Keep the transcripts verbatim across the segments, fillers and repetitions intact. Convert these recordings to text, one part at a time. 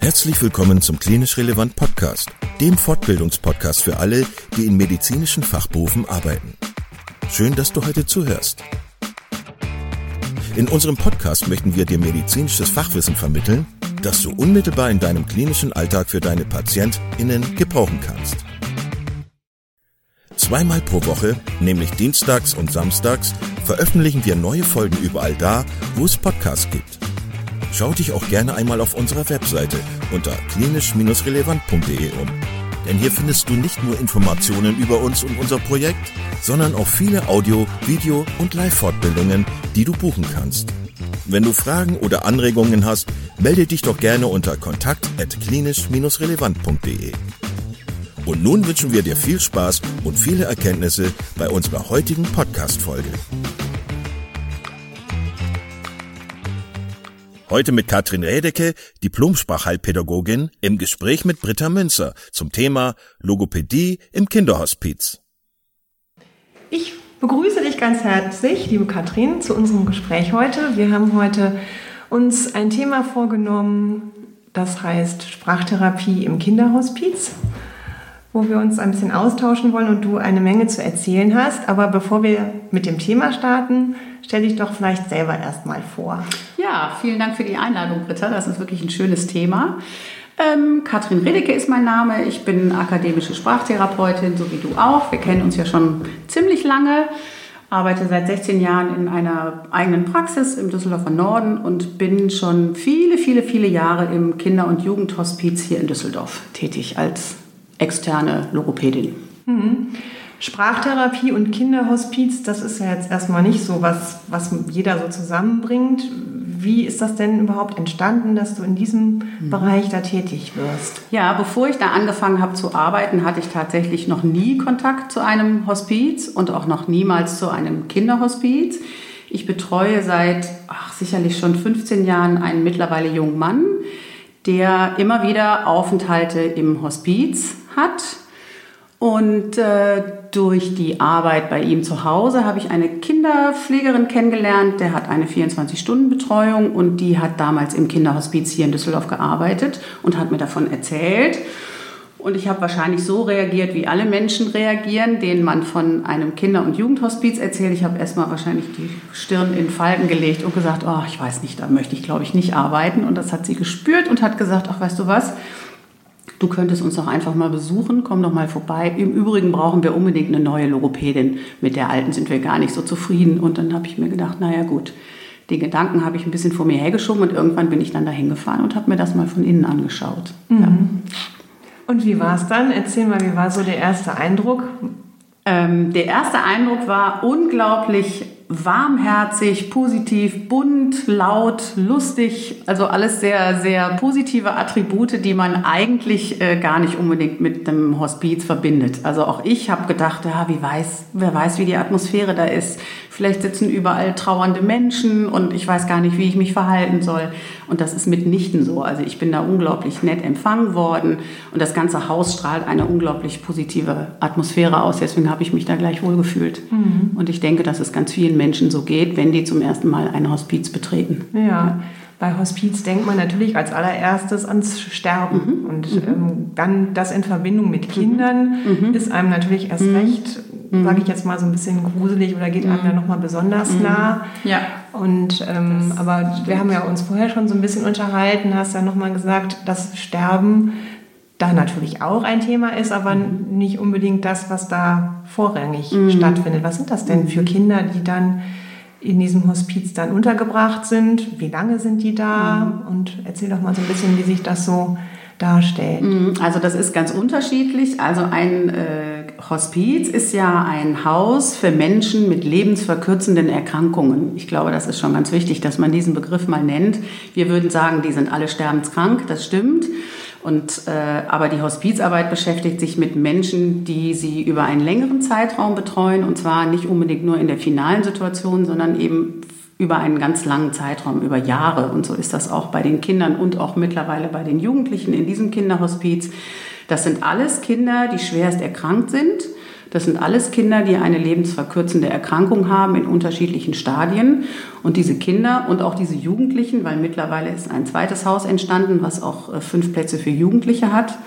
Herzlich willkommen zum Klinisch Relevant Podcast, dem Fortbildungspodcast für alle, die in medizinischen Fachberufen arbeiten. Schön, dass du heute zuhörst. In unserem Podcast möchten wir dir medizinisches Fachwissen vermitteln, das du unmittelbar in deinem klinischen Alltag für deine PatientInnen gebrauchen kannst. Zweimal pro Woche, nämlich dienstags und samstags, veröffentlichen wir neue Folgen überall da, wo es Podcasts gibt. Schau dich auch gerne einmal auf unserer Webseite unter klinisch relevant punkt de um. Denn hier findest du nicht nur Informationen über uns und unser Projekt, sondern auch viele Audio-, Video- und Live-Fortbildungen, die du buchen kannst. Wenn du Fragen oder Anregungen hast, melde dich doch gerne unter kontakt at klinisch relevant punkt de. Und nun wünschen wir dir viel Spaß und viele Erkenntnisse bei unserer heutigen Podcast-Folge. Heute mit Katrin Rädecke, Diplom-Sprachheilpädagogin, im Gespräch mit Britta Münzer zum Thema Logopädie im Kinderhospiz. Ich begrüße dich ganz herzlich, liebe Katrin, zu unserem Gespräch heute. Wir haben heute uns ein Thema vorgenommen, das heißt Sprachtherapie im Kinderhospiz, wo wir uns ein bisschen austauschen wollen und du eine Menge zu erzählen hast. Aber bevor wir mit dem Thema starten, stell dich doch vielleicht selber erstmal vor. Ja, vielen Dank für die Einladung, Britta. Das ist wirklich ein schönes Thema. Ähm, Katrin Rädecke ist mein Name. Ich bin akademische Sprachtherapeutin, so wie du auch. Wir kennen uns ja schon ziemlich lange. Arbeite seit sechzehn Jahren in einer eigenen Praxis im Düsseldorfer Norden und bin schon viele, viele, viele Jahre im Kinder- und Jugendhospiz hier in Düsseldorf tätig als externe Logopädin. Mhm. Sprachtherapie und Kinderhospiz, das ist ja jetzt erstmal nicht so was, was jeder so zusammenbringt. Wie ist das denn überhaupt entstanden, dass du in diesem mhm. Bereich da tätig wirst? Ja, bevor ich da angefangen habe zu arbeiten, hatte ich tatsächlich noch nie Kontakt zu einem Hospiz und auch noch niemals zu einem Kinderhospiz. Ich betreue seit ach, sicherlich schon fünfzehn Jahren einen mittlerweile jungen Mann, der immer wieder Aufenthalte im Hospiz hat. Und äh, durch die Arbeit bei ihm zu Hause habe ich eine Kinderpflegerin kennengelernt, der hat eine vierundzwanzig-Stunden-Betreuung und die hat damals im Kinderhospiz hier in Düsseldorf gearbeitet und hat mir davon erzählt. Und ich habe wahrscheinlich so reagiert, wie alle Menschen reagieren, denen man von einem Kinder- und Jugendhospiz erzählt. Ich habe erstmal wahrscheinlich die Stirn in Falten gelegt und gesagt, oh, ich weiß nicht, da möchte ich, glaube ich, nicht arbeiten. Und das hat sie gespürt und hat gesagt, ach, weißt du was, du könntest uns doch einfach mal besuchen, komm doch mal vorbei. Im Übrigen brauchen wir unbedingt eine neue Logopädin. Mit der alten sind wir gar nicht so zufrieden. Und dann habe ich mir gedacht, naja gut, den Gedanken habe ich ein bisschen vor mir hergeschoben und irgendwann bin ich dann da hingefahren und habe mir das mal von innen angeschaut. Mhm. Ja. Und wie war es dann? Erzähl mal, wie war so der erste Eindruck? Ähm, der erste Eindruck war unglaublich warmherzig, positiv, bunt, laut, lustig. Also alles sehr, sehr positive Attribute, die man eigentlich äh, gar nicht unbedingt mit dem Hospiz verbindet. Also auch ich habe gedacht, ja, wie weiß, wer weiß, wie die Atmosphäre da ist. Vielleicht sitzen überall trauernde Menschen und ich weiß gar nicht, wie ich mich verhalten soll. Und das ist mitnichten so. Also ich bin da unglaublich nett empfangen worden und das ganze Haus strahlt eine unglaublich positive Atmosphäre aus. Deswegen habe ich mich da gleich wohl gefühlt. Mhm. Und ich denke, dass es ganz vielen Menschen so geht, wenn die zum ersten Mal ein Hospiz betreten. Ja, ja. Bei Hospiz denkt man natürlich als allererstes ans Sterben. Mhm. Und mhm. Ähm, dann das in Verbindung mit Kindern mhm. ist einem natürlich erst mhm. recht, mhm. sage ich jetzt mal, so ein bisschen gruselig oder geht einem mhm. dann nochmal besonders mhm. nah. Ja. Und, ähm, aber wir haben ja uns vorher schon so ein bisschen unterhalten, hast ja nochmal gesagt, dass Sterben da natürlich auch ein Thema ist, aber mhm. nicht unbedingt das, was da vorrangig mhm. stattfindet. Was sind das denn für Kinder, die dann in diesem Hospiz dann untergebracht sind? Wie lange sind die da? Mhm. Und erzähl doch mal so ein bisschen, wie sich das so darstellt. Also das ist ganz unterschiedlich. Also ein äh, Hospiz ist ja ein Haus für Menschen mit lebensverkürzenden Erkrankungen. Ich glaube, das ist schon ganz wichtig, dass man diesen Begriff mal nennt. Wir würden sagen, die sind alle sterbenskrank, das stimmt. Und, äh, aber die Hospizarbeit beschäftigt sich mit Menschen, die sie über einen längeren Zeitraum betreuen. Und zwar nicht unbedingt nur in der finalen Situation, sondern eben über einen ganz langen Zeitraum, über Jahre. Und so ist das auch bei den Kindern und auch mittlerweile bei den Jugendlichen in diesem Kinderhospiz. Das sind alles Kinder, die schwerst erkrankt sind. Das sind alles Kinder, die eine lebensverkürzende Erkrankung haben in unterschiedlichen Stadien. Und diese Kinder und auch diese Jugendlichen, weil mittlerweile ist ein zweites Haus entstanden, was auch fünf Plätze für Jugendliche hat.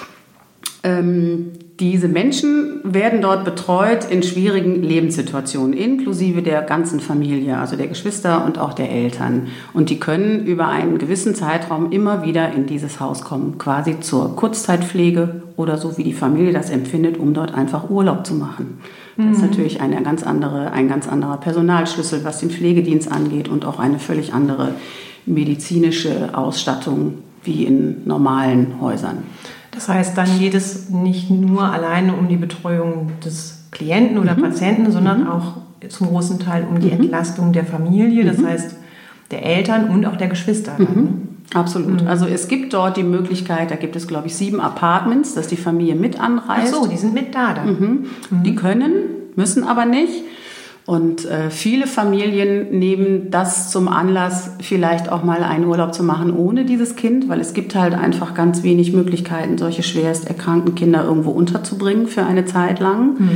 Ähm, diese Menschen werden dort betreut in schwierigen Lebenssituationen, inklusive der ganzen Familie, also der Geschwister und auch der Eltern. Und die können über einen gewissen Zeitraum immer wieder in dieses Haus kommen, quasi zur Kurzzeitpflege oder so, wie die Familie das empfindet, um dort einfach Urlaub zu machen. Das mhm. ist natürlich eine ganz andere, ein ganz anderer Personalschlüssel, was den Pflegedienst angeht und auch eine völlig andere medizinische Ausstattung wie in normalen Häusern. Das heißt, dann geht es nicht nur alleine um die Betreuung des Klienten oder mhm. Patienten, sondern mhm. auch zum großen Teil um die mhm. Entlastung der Familie, das mhm. heißt der Eltern und auch der Geschwister. Mhm. Dann, ne? Absolut. Mhm. Also es gibt dort die Möglichkeit, da gibt es, glaube ich, sieben Apartments, dass die Familie mit anreist. Ach so, die sind mit da dann. Mhm. Mhm. Die können, müssen aber nicht. Und äh, viele Familien nehmen das zum Anlass, vielleicht auch mal einen Urlaub zu machen ohne dieses Kind, weil es gibt halt einfach ganz wenig Möglichkeiten, solche schwerst erkrankten Kinder irgendwo unterzubringen für eine Zeit lang. Mhm.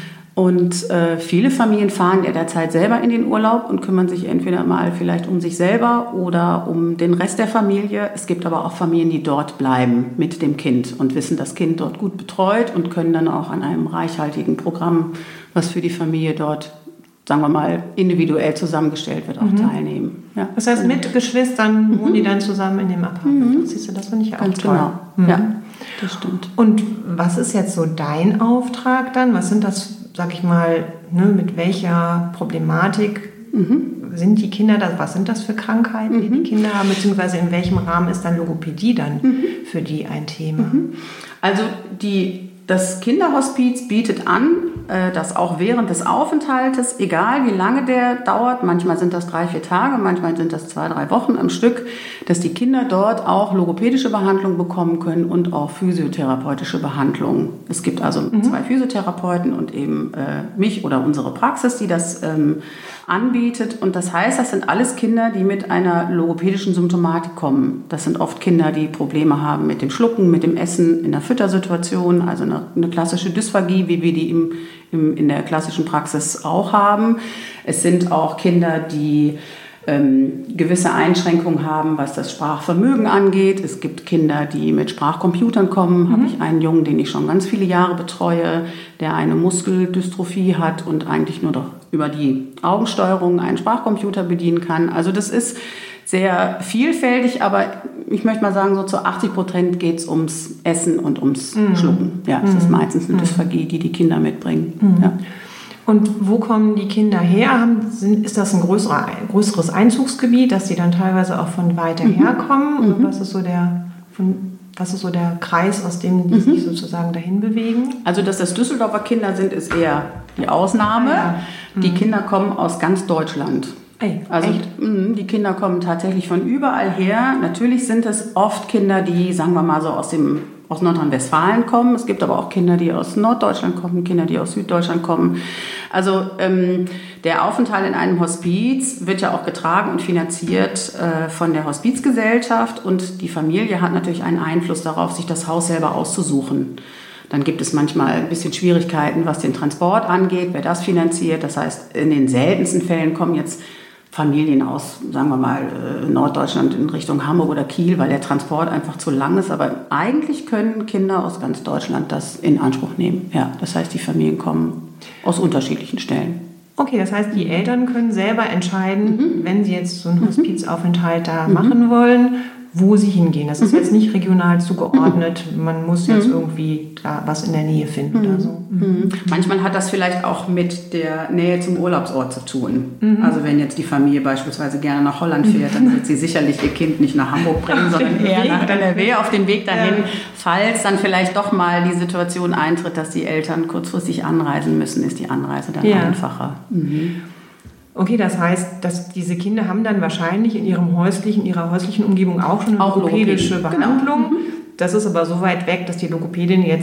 Und äh, viele Familien fahren ja derzeit selber in den Urlaub und kümmern sich entweder mal vielleicht um sich selber oder um den Rest der Familie. Es gibt aber auch Familien, die dort bleiben mit dem Kind und wissen, das Kind dort gut betreut und können dann auch an einem reichhaltigen Programm, was für die Familie dort, sagen wir mal, individuell zusammengestellt wird, auch mhm. teilnehmen. Ja. Das heißt, mit Geschwistern wohnen mhm. die dann zusammen in dem Apartment. Mhm. Siehst du, das finde ich auch ganz toll. Genau. Mhm. Ja, das stimmt. Und was ist jetzt so dein Auftrag dann? Was sind das, sag ich mal, ne, mit welcher Problematik mhm. sind die Kinder da? Was sind das für Krankheiten, mhm. die die Kinder haben? Beziehungsweise in welchem Rahmen ist dann Logopädie dann mhm. für die ein Thema? Mhm. Also die Das Kinderhospiz bietet an, dass auch während des Aufenthaltes, egal wie lange der dauert, manchmal sind das drei, vier Tage, manchmal sind das zwei, drei Wochen am Stück, dass die Kinder dort auch logopädische Behandlung bekommen können und auch physiotherapeutische Behandlung. Es gibt also mhm. zwei Physiotherapeuten und eben äh, mich oder unsere Praxis, die das ähm, anbietet. Und das heißt, das sind alles Kinder, die mit einer logopädischen Symptomatik kommen. Das sind oft Kinder, die Probleme haben mit dem Schlucken, mit dem Essen in der Füttersituation, also eine, eine klassische Dysphagie, wie wir die im, im, in der klassischen Praxis auch haben. Es sind auch Kinder, die ähm, gewisse Einschränkungen haben, was das Sprachvermögen angeht. Es gibt Kinder, die mit Sprachcomputern kommen. Mhm. Habe ich einen Jungen, den ich schon ganz viele Jahre betreue, der eine Muskeldystrophie hat und eigentlich nur noch über die Augensteuerung einen Sprachcomputer bedienen kann. Also das ist sehr vielfältig, aber ich möchte mal sagen, so zu achtzig Prozent geht es ums Essen und ums mhm. Schlucken. Ja, es mhm. ist meistens eine Dysphagie, die die Kinder mitbringen. Mhm. Ja. Und wo kommen die Kinder her? Haben, sind, ist das ein größerer, größeres Einzugsgebiet, dass die dann teilweise auch von weiter mhm. herkommen? Mhm. Was ist so der, von, was ist so der Kreis, aus dem die mhm. sich sozusagen dahin bewegen? Also, dass das Düsseldorfer Kinder sind, ist eher die Ausnahme. Ah, ja. mhm. Die Kinder kommen aus ganz Deutschland. Ey, also echt? Die Kinder kommen tatsächlich von überall her. Natürlich sind es oft Kinder, die, sagen wir mal so, aus dem aus Nordrhein-Westfalen kommen. Es gibt aber auch Kinder, die aus Norddeutschland kommen, Kinder, die aus Süddeutschland kommen. Also ähm, der Aufenthalt in einem Hospiz wird ja auch getragen und finanziert äh, von der Hospizgesellschaft und die Familie hat natürlich einen Einfluss darauf, sich das Haus selber auszusuchen. Dann gibt es manchmal ein bisschen Schwierigkeiten, was den Transport angeht, wer das finanziert. Das heißt, in den seltensten Fällen kommen jetzt Familien aus, sagen wir mal, Norddeutschland in Richtung Hamburg oder Kiel, weil der Transport einfach zu lang ist. Aber eigentlich können Kinder aus ganz Deutschland das in Anspruch nehmen. Ja, das heißt, die Familien kommen aus unterschiedlichen Stellen. Okay, das heißt, die Eltern können selber entscheiden, mhm. wenn sie jetzt so einen Hospizaufenthalt da mhm. machen wollen, wo sie hingehen. Das ist mhm. jetzt nicht regional zugeordnet. Man muss jetzt mhm. irgendwie da was in der Nähe finden mhm. oder so. Mhm. Manchmal hat das vielleicht auch mit der Nähe zum Urlaubsort zu tun. Mhm. Also wenn jetzt die Familie beispielsweise gerne nach Holland fährt, dann wird sie sicherlich ihr Kind nicht nach Hamburg bringen, sondern eher nach N R W auf den Weg dahin, ja. Falls dann vielleicht doch mal die Situation eintritt, dass die Eltern kurzfristig anreisen müssen, ist die Anreise dann ja. einfacher. Mhm. Okay, das heißt, dass diese Kinder haben dann wahrscheinlich in ihrem häuslichen, ihrer häuslichen Umgebung auch schon eine auch logopädische Logopädie. Behandlung. Genau. Das ist aber so weit weg, dass die Logopädin jetzt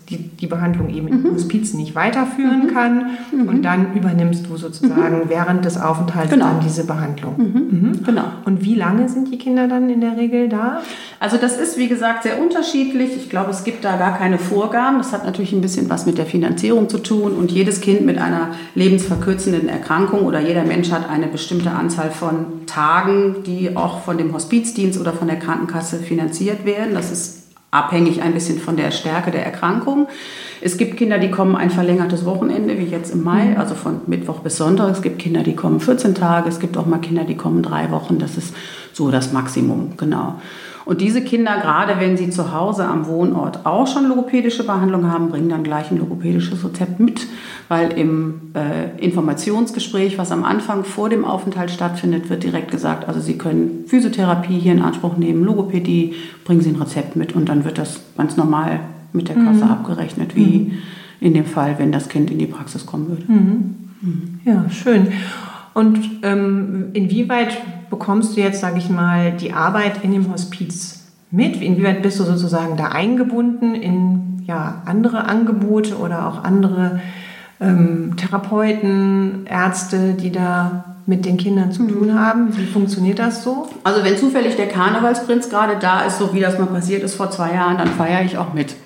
die, die Behandlung eben mhm. im Hospiz nicht weiterführen mhm. kann mhm. und dann übernimmst du sozusagen mhm. während des Aufenthalts genau. dann diese Behandlung. Mhm. Mhm. Genau. Und wie lange sind die Kinder dann in der Regel da? Also das ist, wie gesagt, sehr unterschiedlich. Ich glaube, es gibt da gar keine Vorgaben. Das hat natürlich ein bisschen was mit der Finanzierung zu tun und jedes Kind mit einer lebensverkürzenden Erkrankung oder jeder Mensch hat eine bestimmte Anzahl von Tagen, die auch von dem Hospizdienst oder von der Krankenkasse finanziert werden. Das ist abhängig ein bisschen von der Stärke der Erkrankung. Es gibt Kinder, die kommen ein verlängertes Wochenende, wie jetzt im Mai, also von Mittwoch bis Sonntag. Es gibt Kinder, die kommen vierzehn Tage. Es gibt auch mal Kinder, die kommen drei Wochen. Das ist so das Maximum, genau. Und diese Kinder, gerade wenn sie zu Hause am Wohnort auch schon logopädische Behandlung haben, bringen dann gleich ein logopädisches Rezept mit, weil im äh, Informationsgespräch, was am Anfang vor dem Aufenthalt stattfindet, wird direkt gesagt, also Sie können Physiotherapie hier in Anspruch nehmen, Logopädie, bringen Sie ein Rezept mit und dann wird das ganz normal mit der Kasse mhm. abgerechnet, wie mhm. in dem Fall, wenn das Kind in die Praxis kommen würde. Mhm. Mhm. Ja, schön. Und ähm, inwieweit bekommst du jetzt, sage ich mal, die Arbeit in dem Hospiz mit? Inwieweit bist du sozusagen da eingebunden in ja, andere Angebote oder auch andere ähm, Therapeuten, Ärzte, die da mit den Kindern zu tun haben? Wie funktioniert das so? Also wenn zufällig der Karnevalsprinz gerade da ist, so wie das mal passiert ist vor zwei Jahren, dann feiere ich auch mit.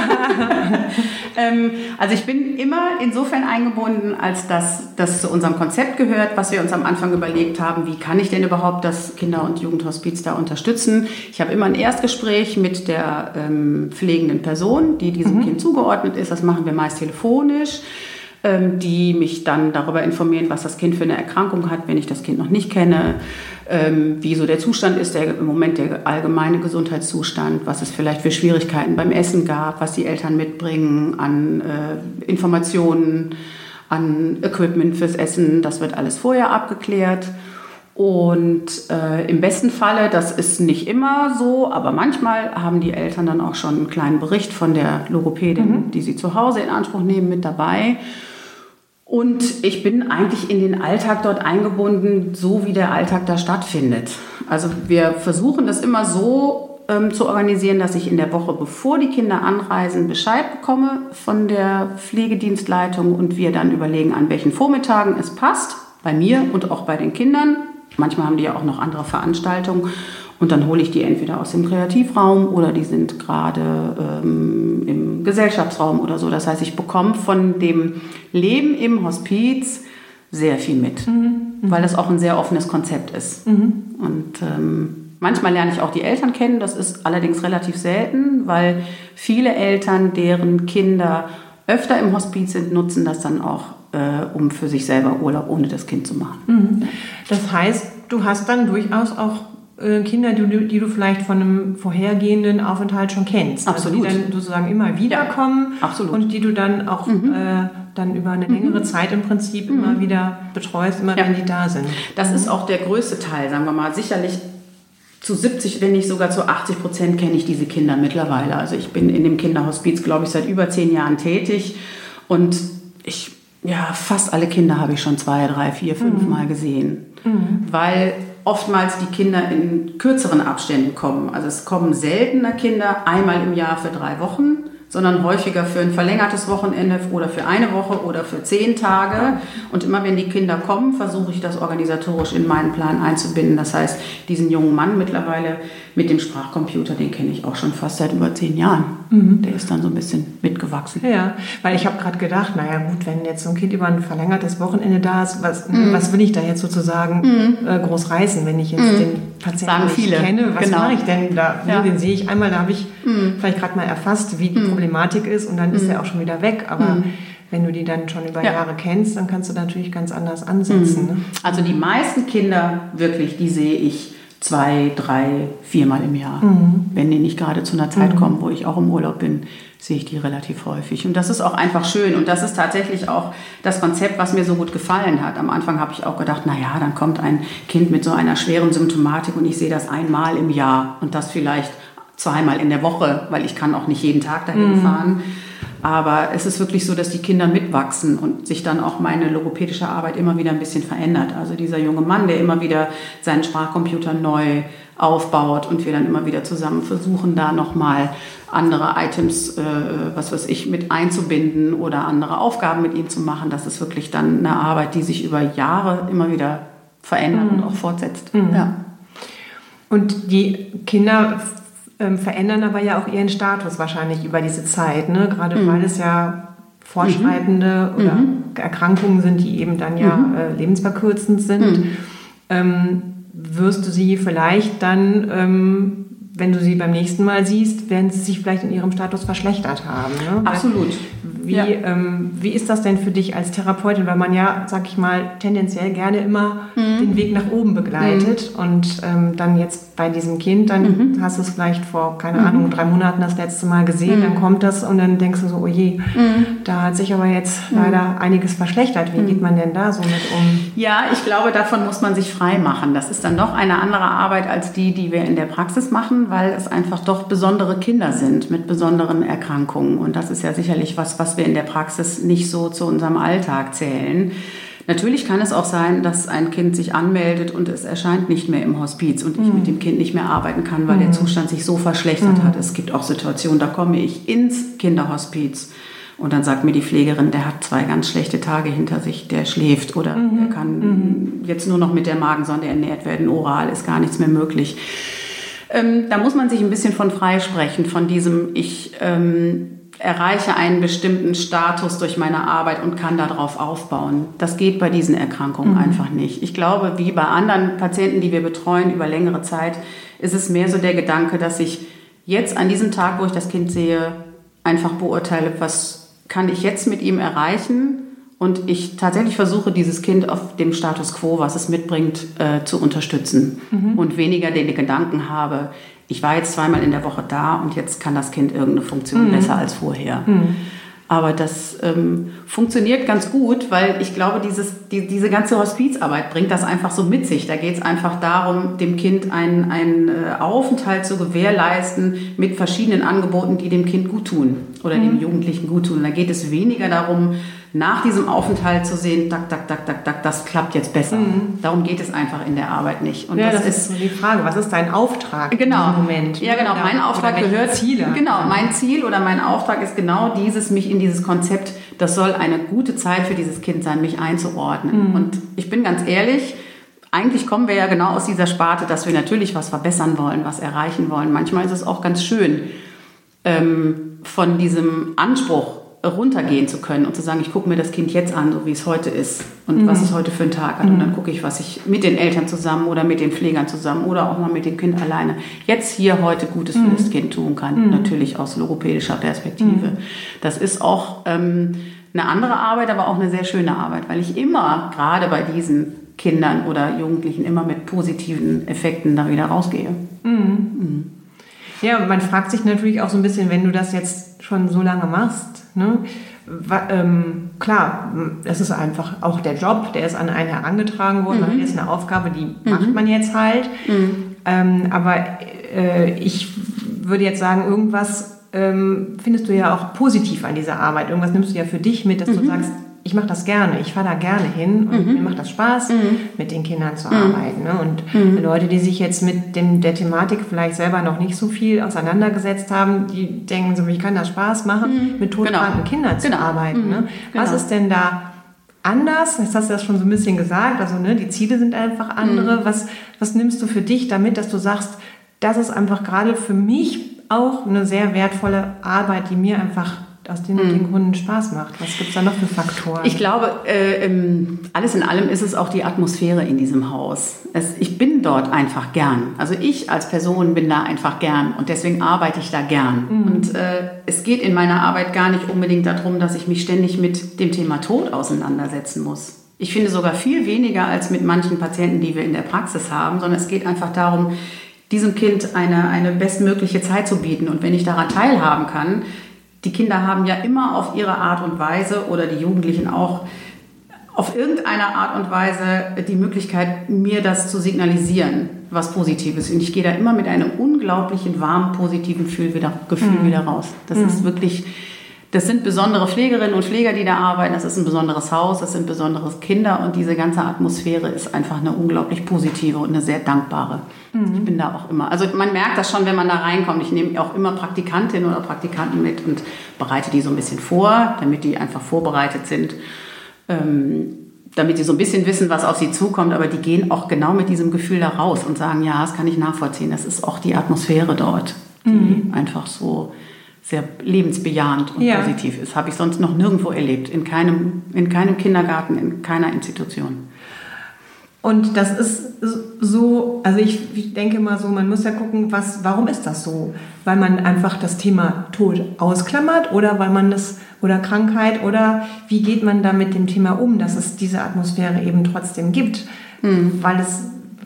ähm, also ich bin immer insofern eingebunden, als dass das zu unserem Konzept gehört, was wir uns am Anfang überlegt haben, wie kann ich denn überhaupt das Kinder- und Jugendhospiz da unterstützen. Ich habe immer ein Erstgespräch mit der ähm, pflegenden Person, die diesem mhm. Kind zugeordnet ist. Das machen wir meist telefonisch, die mich dann darüber informieren, was das Kind für eine Erkrankung hat, wenn ich das Kind noch nicht kenne, ähm, wie so der Zustand ist, der, im Moment der allgemeine Gesundheitszustand, was es vielleicht für Schwierigkeiten beim Essen gab, was die Eltern mitbringen an äh, Informationen, an Equipment fürs Essen, das wird alles vorher abgeklärt. Und äh, im besten Falle, das ist nicht immer so, aber manchmal haben die Eltern dann auch schon einen kleinen Bericht von der Logopädin, mhm. die sie zu Hause in Anspruch nehmen, mit dabei. Und ich bin eigentlich in den Alltag dort eingebunden, so wie der Alltag da stattfindet. Also wir versuchen das immer so ähm, zu organisieren, dass ich in der Woche, bevor die Kinder anreisen, Bescheid bekomme von der Pflegedienstleitung und wir dann überlegen, an welchen Vormittagen es passt, bei mir und auch bei den Kindern. Manchmal haben die ja auch noch andere Veranstaltungen und dann hole ich die entweder aus dem Kreativraum oder die sind gerade ähm, im Gesellschaftsraum oder so. Das heißt, ich bekomme von dem Leben im Hospiz sehr viel mit, mhm. weil das auch ein sehr offenes Konzept ist. Mhm. Und ähm, manchmal lerne ich auch die Eltern kennen, das ist allerdings relativ selten, weil viele Eltern, deren Kinder öfter im Hospiz sind, nutzen das dann auch, äh, um für sich selber Urlaub ohne das Kind zu machen. Mhm. Das heißt, du hast dann durchaus auch äh, Kinder, die, die du vielleicht von einem vorhergehenden Aufenthalt schon kennst. Absolut. Also die dann sozusagen immer wieder kommen. Absolut. Und die du dann auch mhm. äh, dann über eine längere mhm. Zeit im Prinzip mhm. immer wieder betreust, immer ja. wenn die da sind. Das mhm. ist auch der größte Teil, sagen wir mal. Sicherlich zu siebzig, wenn nicht sogar zu achtzig Prozent kenne ich diese Kinder mittlerweile. Also ich bin in dem Kinderhospiz, glaube ich, seit über zehn Jahren tätig und ich, ja, fast alle Kinder habe ich schon zwei, drei, vier, fünf mhm. Mal gesehen, mhm. weil oftmals die Kinder in kürzeren Abständen kommen. Also es kommen seltener Kinder einmal im Jahr für drei Wochen, sondern häufiger für ein verlängertes Wochenende oder für eine Woche oder für zehn Tage. Und immer wenn die Kinder kommen, versuche ich das organisatorisch in meinen Plan einzubinden. Das heißt, diesen jungen Mann mittlerweile mit dem Sprachcomputer, den kenne ich auch schon fast seit über zehn Jahren. Mhm. Der ist dann so ein bisschen mitgewachsen. Ja, weil ich habe gerade gedacht, naja gut, wenn jetzt so ein Kind über ein verlängertes Wochenende da ist, was, mhm. was will ich da jetzt sozusagen mhm. äh, groß reißen, wenn ich jetzt mhm. den Patienten nicht viele. kenne? Was genau. mache ich denn da? Ja. Den sehe ich einmal, da habe ich mhm. vielleicht gerade mal erfasst, wie die mhm. Problematik ist und dann ist mhm. er auch schon wieder weg. Aber mhm. wenn du die dann schon über ja. Jahre kennst, dann kannst du natürlich ganz anders ansetzen. Mhm. Ne? Also die meisten Kinder wirklich, die sehe ich zwei, drei, viermal im Jahr. Mhm. Wenn die nicht gerade zu einer Zeit mhm. kommen, wo ich auch im Urlaub bin, sehe ich die relativ häufig. Und das ist auch einfach schön. Und das ist tatsächlich auch das Konzept, was mir so gut gefallen hat. Am Anfang habe ich auch gedacht, naja, dann kommt ein Kind mit so einer schweren Symptomatik und ich sehe das einmal im Jahr und das vielleicht zweimal in der Woche, weil ich kann auch nicht jeden Tag dahin mhm. fahren. Aber es ist wirklich so, dass die Kinder mitwachsen und sich dann auch meine logopädische Arbeit immer wieder ein bisschen verändert. Also dieser junge Mann, der immer wieder seinen Sprachcomputer neu aufbaut und wir dann immer wieder zusammen versuchen, da nochmal andere Items, äh, was weiß ich, mit einzubinden oder andere Aufgaben mit ihnen zu machen. Das ist wirklich dann eine Arbeit, die sich über Jahre immer wieder verändert mhm. und auch fortsetzt. Mhm. Ja. Und die Kinder ähm, verändern aber ja auch ihren Status wahrscheinlich über diese Zeit, ne? Gerade mhm. weil es ja fortschreitende mhm. oder mhm. Erkrankungen sind, die eben dann ja mhm. äh, lebensverkürzend sind. Mhm. Ähm, wirst du sie vielleicht dann, ähm, wenn du sie beim nächsten Mal siehst, werden sie sich vielleicht in ihrem Status verschlechtert haben. Ne? Absolut. Wie, ja. ähm, wie ist das denn für dich als Therapeutin? Weil man ja, sag ich mal, tendenziell gerne immer mhm. den Weg nach oben begleitet. Mhm. Und ähm, dann jetzt bei diesem Kind, dann mhm. hast du es vielleicht vor, keine mhm. Ahnung, drei Monaten das letzte Mal gesehen, mhm. dann kommt das und dann denkst du so, oh je, mhm. da hat sich aber jetzt mhm. leider einiges verschlechtert. Wie mhm. geht man denn da so mit um? Ja, ich glaube, davon muss man sich frei machen. Das ist dann doch eine andere Arbeit als die, die wir in der Praxis machen, weil es einfach doch besondere Kinder sind mit besonderen Erkrankungen. Und das ist ja sicherlich was, was wir in der Praxis nicht so zu unserem Alltag zählen. Natürlich kann es auch sein, dass ein Kind sich anmeldet und es erscheint nicht mehr im Hospiz und ich mhm. mit dem Kind nicht mehr arbeiten kann, weil mhm. der Zustand sich so verschlechtert mhm. hat. Es gibt auch Situationen, da komme ich ins Kinderhospiz und dann sagt mir die Pflegerin, der hat zwei ganz schlechte Tage hinter sich, der schläft oder mhm. er kann mhm. jetzt nur noch mit der Magensonde ernährt werden, oral ist gar nichts mehr möglich. Ähm, da muss man sich ein bisschen von freisprechen, von diesem, ich ähm, erreiche einen bestimmten Status durch meine Arbeit und kann darauf aufbauen. Das geht bei diesen Erkrankungen mhm. einfach nicht. Ich glaube, wie bei anderen Patienten, die wir betreuen über längere Zeit, ist es mehr so der Gedanke, dass ich jetzt an diesem Tag, wo ich das Kind sehe, einfach beurteile, was kann ich jetzt mit ihm erreichen, und ich tatsächlich versuche, dieses Kind auf dem Status quo, was es mitbringt, äh, zu unterstützen mhm. und weniger den Gedanken habe, ich war jetzt zweimal in der Woche da und jetzt kann das Kind irgendeine Funktion mhm. besser als vorher. Mhm. Aber das ähm, funktioniert ganz gut, weil ich glaube, dieses, die, diese ganze Hospizarbeit bringt das einfach so mit sich. Da geht es einfach darum, dem Kind einen, einen Aufenthalt zu gewährleisten mit verschiedenen Angeboten, die dem Kind gut tun oder mhm. dem Jugendlichen gut tun. Da geht es weniger darum, nach diesem Aufenthalt zu sehen, tak, tak, tak, tak, tak, das klappt jetzt besser. Mhm. Darum geht es einfach in der Arbeit nicht. Und ja, das, das ist so die Frage, was ist dein Auftrag genau. im Moment? Ja, genau, mein Auftrag gehört, Ziele. Genau, mein Ziel oder mein Auftrag ist genau dieses, mich in dieses Konzept, das soll eine gute Zeit für dieses Kind sein, mich einzuordnen. Mhm. Und ich bin ganz ehrlich, eigentlich kommen wir ja genau aus dieser Sparte, dass wir natürlich was verbessern wollen, was erreichen wollen. Manchmal ist es auch ganz schön, ähm, von diesem Anspruch runtergehen zu können und zu sagen, ich gucke mir das Kind jetzt an, so wie es heute ist und mhm. was es heute für einen Tag hat. Mhm. Und dann gucke ich, was ich mit den Eltern zusammen oder mit den Pflegern zusammen oder auch mal mit dem Kind alleine jetzt hier heute Gutes mhm. für das Kind tun kann. Mhm. Natürlich aus logopädischer Perspektive. Mhm. Das ist auch ähm, eine andere Arbeit, aber auch eine sehr schöne Arbeit, weil ich immer, gerade bei diesen Kindern oder Jugendlichen, immer mit positiven Effekten da wieder rausgehe. Mhm. Mhm. Ja, man fragt sich natürlich auch so ein bisschen, wenn du das jetzt schon so lange machst, ne? Ähm, klar, das ist einfach auch der Job, der ist an einen herangetragen worden, mhm. das ist eine Aufgabe, die mhm. macht man jetzt halt. Mhm. Ähm, aber äh, ich würde jetzt sagen, irgendwas ähm, findest du ja auch positiv an dieser Arbeit. Irgendwas nimmst du ja für dich mit, dass mhm. du sagst, ich mache das gerne, ich fahre da gerne hin und mhm. mir macht das Spaß, mhm. mit den Kindern zu mhm. arbeiten. Ne? Und mhm. Leute, die sich jetzt mit dem, der Thematik vielleicht selber noch nicht so viel auseinandergesetzt haben, die denken so, wie kann das Spaß machen, mhm. mit todkranken genau. Kindern zu genau. arbeiten. Mhm. Ne? Was genau. ist denn da anders? Jetzt hast du das schon so ein bisschen gesagt, also ne, die Ziele sind einfach andere. Mhm. Was, was nimmst du für dich damit, dass du sagst, das ist einfach gerade für mich auch eine sehr wertvolle Arbeit, die mir einfach aus den, mhm. den Gründen Spaß macht? Was gibt es da noch für Faktoren? Ich glaube, äh, alles in allem ist es auch die Atmosphäre in diesem Haus. Es, ich bin dort einfach gern. Also ich als Person bin da einfach gern und deswegen arbeite ich da gern. Mhm. Und äh, es geht in meiner Arbeit gar nicht unbedingt darum, dass ich mich ständig mit dem Thema Tod auseinandersetzen muss. Ich finde sogar viel weniger als mit manchen Patienten, die wir in der Praxis haben, sondern es geht einfach darum, diesem Kind eine, eine bestmögliche Zeit zu bieten. Und wenn ich daran teilhaben kann, die Kinder haben ja immer auf ihre Art und Weise oder die Jugendlichen auch auf irgendeine Art und Weise die Möglichkeit, mir das zu signalisieren, was Positives. Und ich gehe da immer mit einem unglaublichen, warmen, positiven Gefühl wieder, Gefühl mhm. wieder raus. Das mhm. ist wirklich, Das sind besondere Pflegerinnen und Pfleger, die da arbeiten. Das ist ein besonderes Haus, das sind besondere Kinder und diese ganze Atmosphäre ist einfach eine unglaublich positive und eine sehr dankbare. Mhm. Ich bin da auch immer, also man merkt das schon, wenn man da reinkommt. Ich nehme auch immer Praktikantinnen oder Praktikanten mit und bereite die so ein bisschen vor, damit die einfach vorbereitet sind, ähm, damit die so ein bisschen wissen, was auf sie zukommt. Aber die gehen auch genau mit diesem Gefühl da raus und sagen, ja, das kann ich nachvollziehen. Das ist auch die Atmosphäre dort, die mhm. einfach so sehr lebensbejahend und ja. positiv ist. Habe ich sonst noch nirgendwo erlebt. In keinem, in keinem Kindergarten, in keiner Institution. Und das ist so, also ich denke mal so, man muss ja gucken, was, warum ist das so? Weil man einfach das Thema Tod ausklammert oder weil man das, oder Krankheit, oder wie geht man da mit dem Thema um, dass es diese Atmosphäre eben trotzdem gibt? Mhm. Weil es,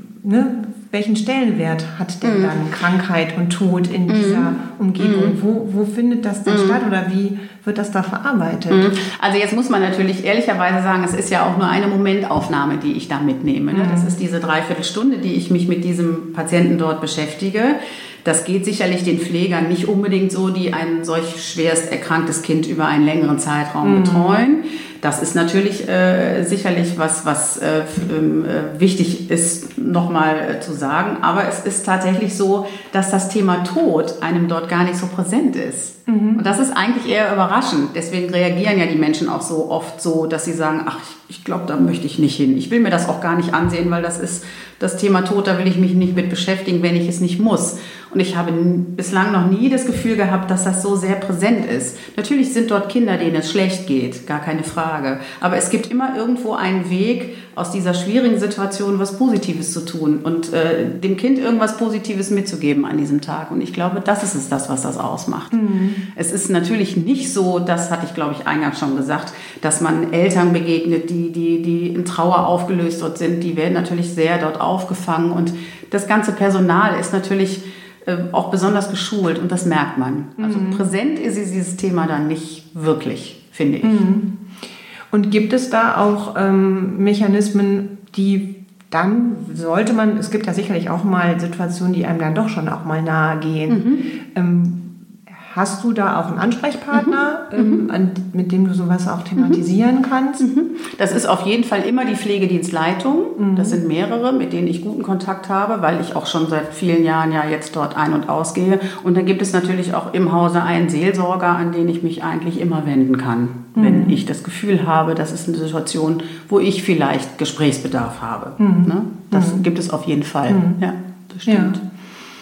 ne, welchen Stellenwert hat denn dann Krankheit und Tod in dieser Umgebung? Wo, wo findet das denn statt oder wie wird das da verarbeitet? Also jetzt muss man natürlich ehrlicherweise sagen, es ist ja auch nur eine Momentaufnahme, die ich da mitnehme. Ne? Das ist diese Dreiviertelstunde, die ich mich mit diesem Patienten dort beschäftige. Das geht sicherlich den Pflegern nicht unbedingt so, die ein solch schwerst erkranktes Kind über einen längeren Zeitraum mhm. betreuen. Das ist natürlich äh, sicherlich was, was äh, äh, wichtig ist, nochmal äh, zu sagen. Aber es ist tatsächlich so, dass das Thema Tod einem dort gar nicht so präsent ist. Mhm. Und das ist eigentlich eher überraschend. Deswegen reagieren ja die Menschen auch so oft so, dass sie sagen, ach, ich, ich glaube, da möchte ich nicht hin. Ich will mir das auch gar nicht ansehen, weil das ist das Thema Tod, da will ich mich nicht mit beschäftigen, wenn ich es nicht muss. Und ich habe bislang noch nie das Gefühl gehabt, dass das so sehr präsent ist. Natürlich sind dort Kinder, denen es schlecht geht, gar keine Frage. Aber es gibt immer irgendwo einen Weg, aus dieser schwierigen Situation was Positives zu tun und äh, dem Kind irgendwas Positives mitzugeben an diesem Tag. Und ich glaube, das ist es das, was das ausmacht. Mhm. Es ist natürlich nicht so, das hatte ich, glaube ich, eingangs schon gesagt, dass man Eltern begegnet, die, die, die in Trauer aufgelöst dort sind. Die werden natürlich sehr dort aufgefangen. Und das ganze Personal ist natürlich äh, auch besonders geschult und das merkt man. Also mhm. präsent ist dieses Thema dann nicht wirklich, finde ich. Mhm. Und gibt es da auch ähm, Mechanismen, die dann, sollte man, es gibt ja sicherlich auch mal Situationen, die einem dann doch schon auch mal nahe gehen. Mhm. Ähm, hast du da auch einen Ansprechpartner, mhm. ähm, an, mit dem du sowas auch thematisieren mhm. kannst? Mhm. Das ist auf jeden Fall immer die Pflegedienstleitung. Mhm. Das sind mehrere, mit denen ich guten Kontakt habe, weil ich auch schon seit vielen Jahren ja jetzt dort ein- und ausgehe. Und dann gibt es natürlich auch im Hause einen Seelsorger, an den ich mich eigentlich immer wenden kann, mhm. wenn ich das Gefühl habe, das ist eine Situation, wo ich vielleicht Gesprächsbedarf habe. Mhm. Ne? Das mhm. gibt es auf jeden Fall. Mhm. Ja, das stimmt. Ja.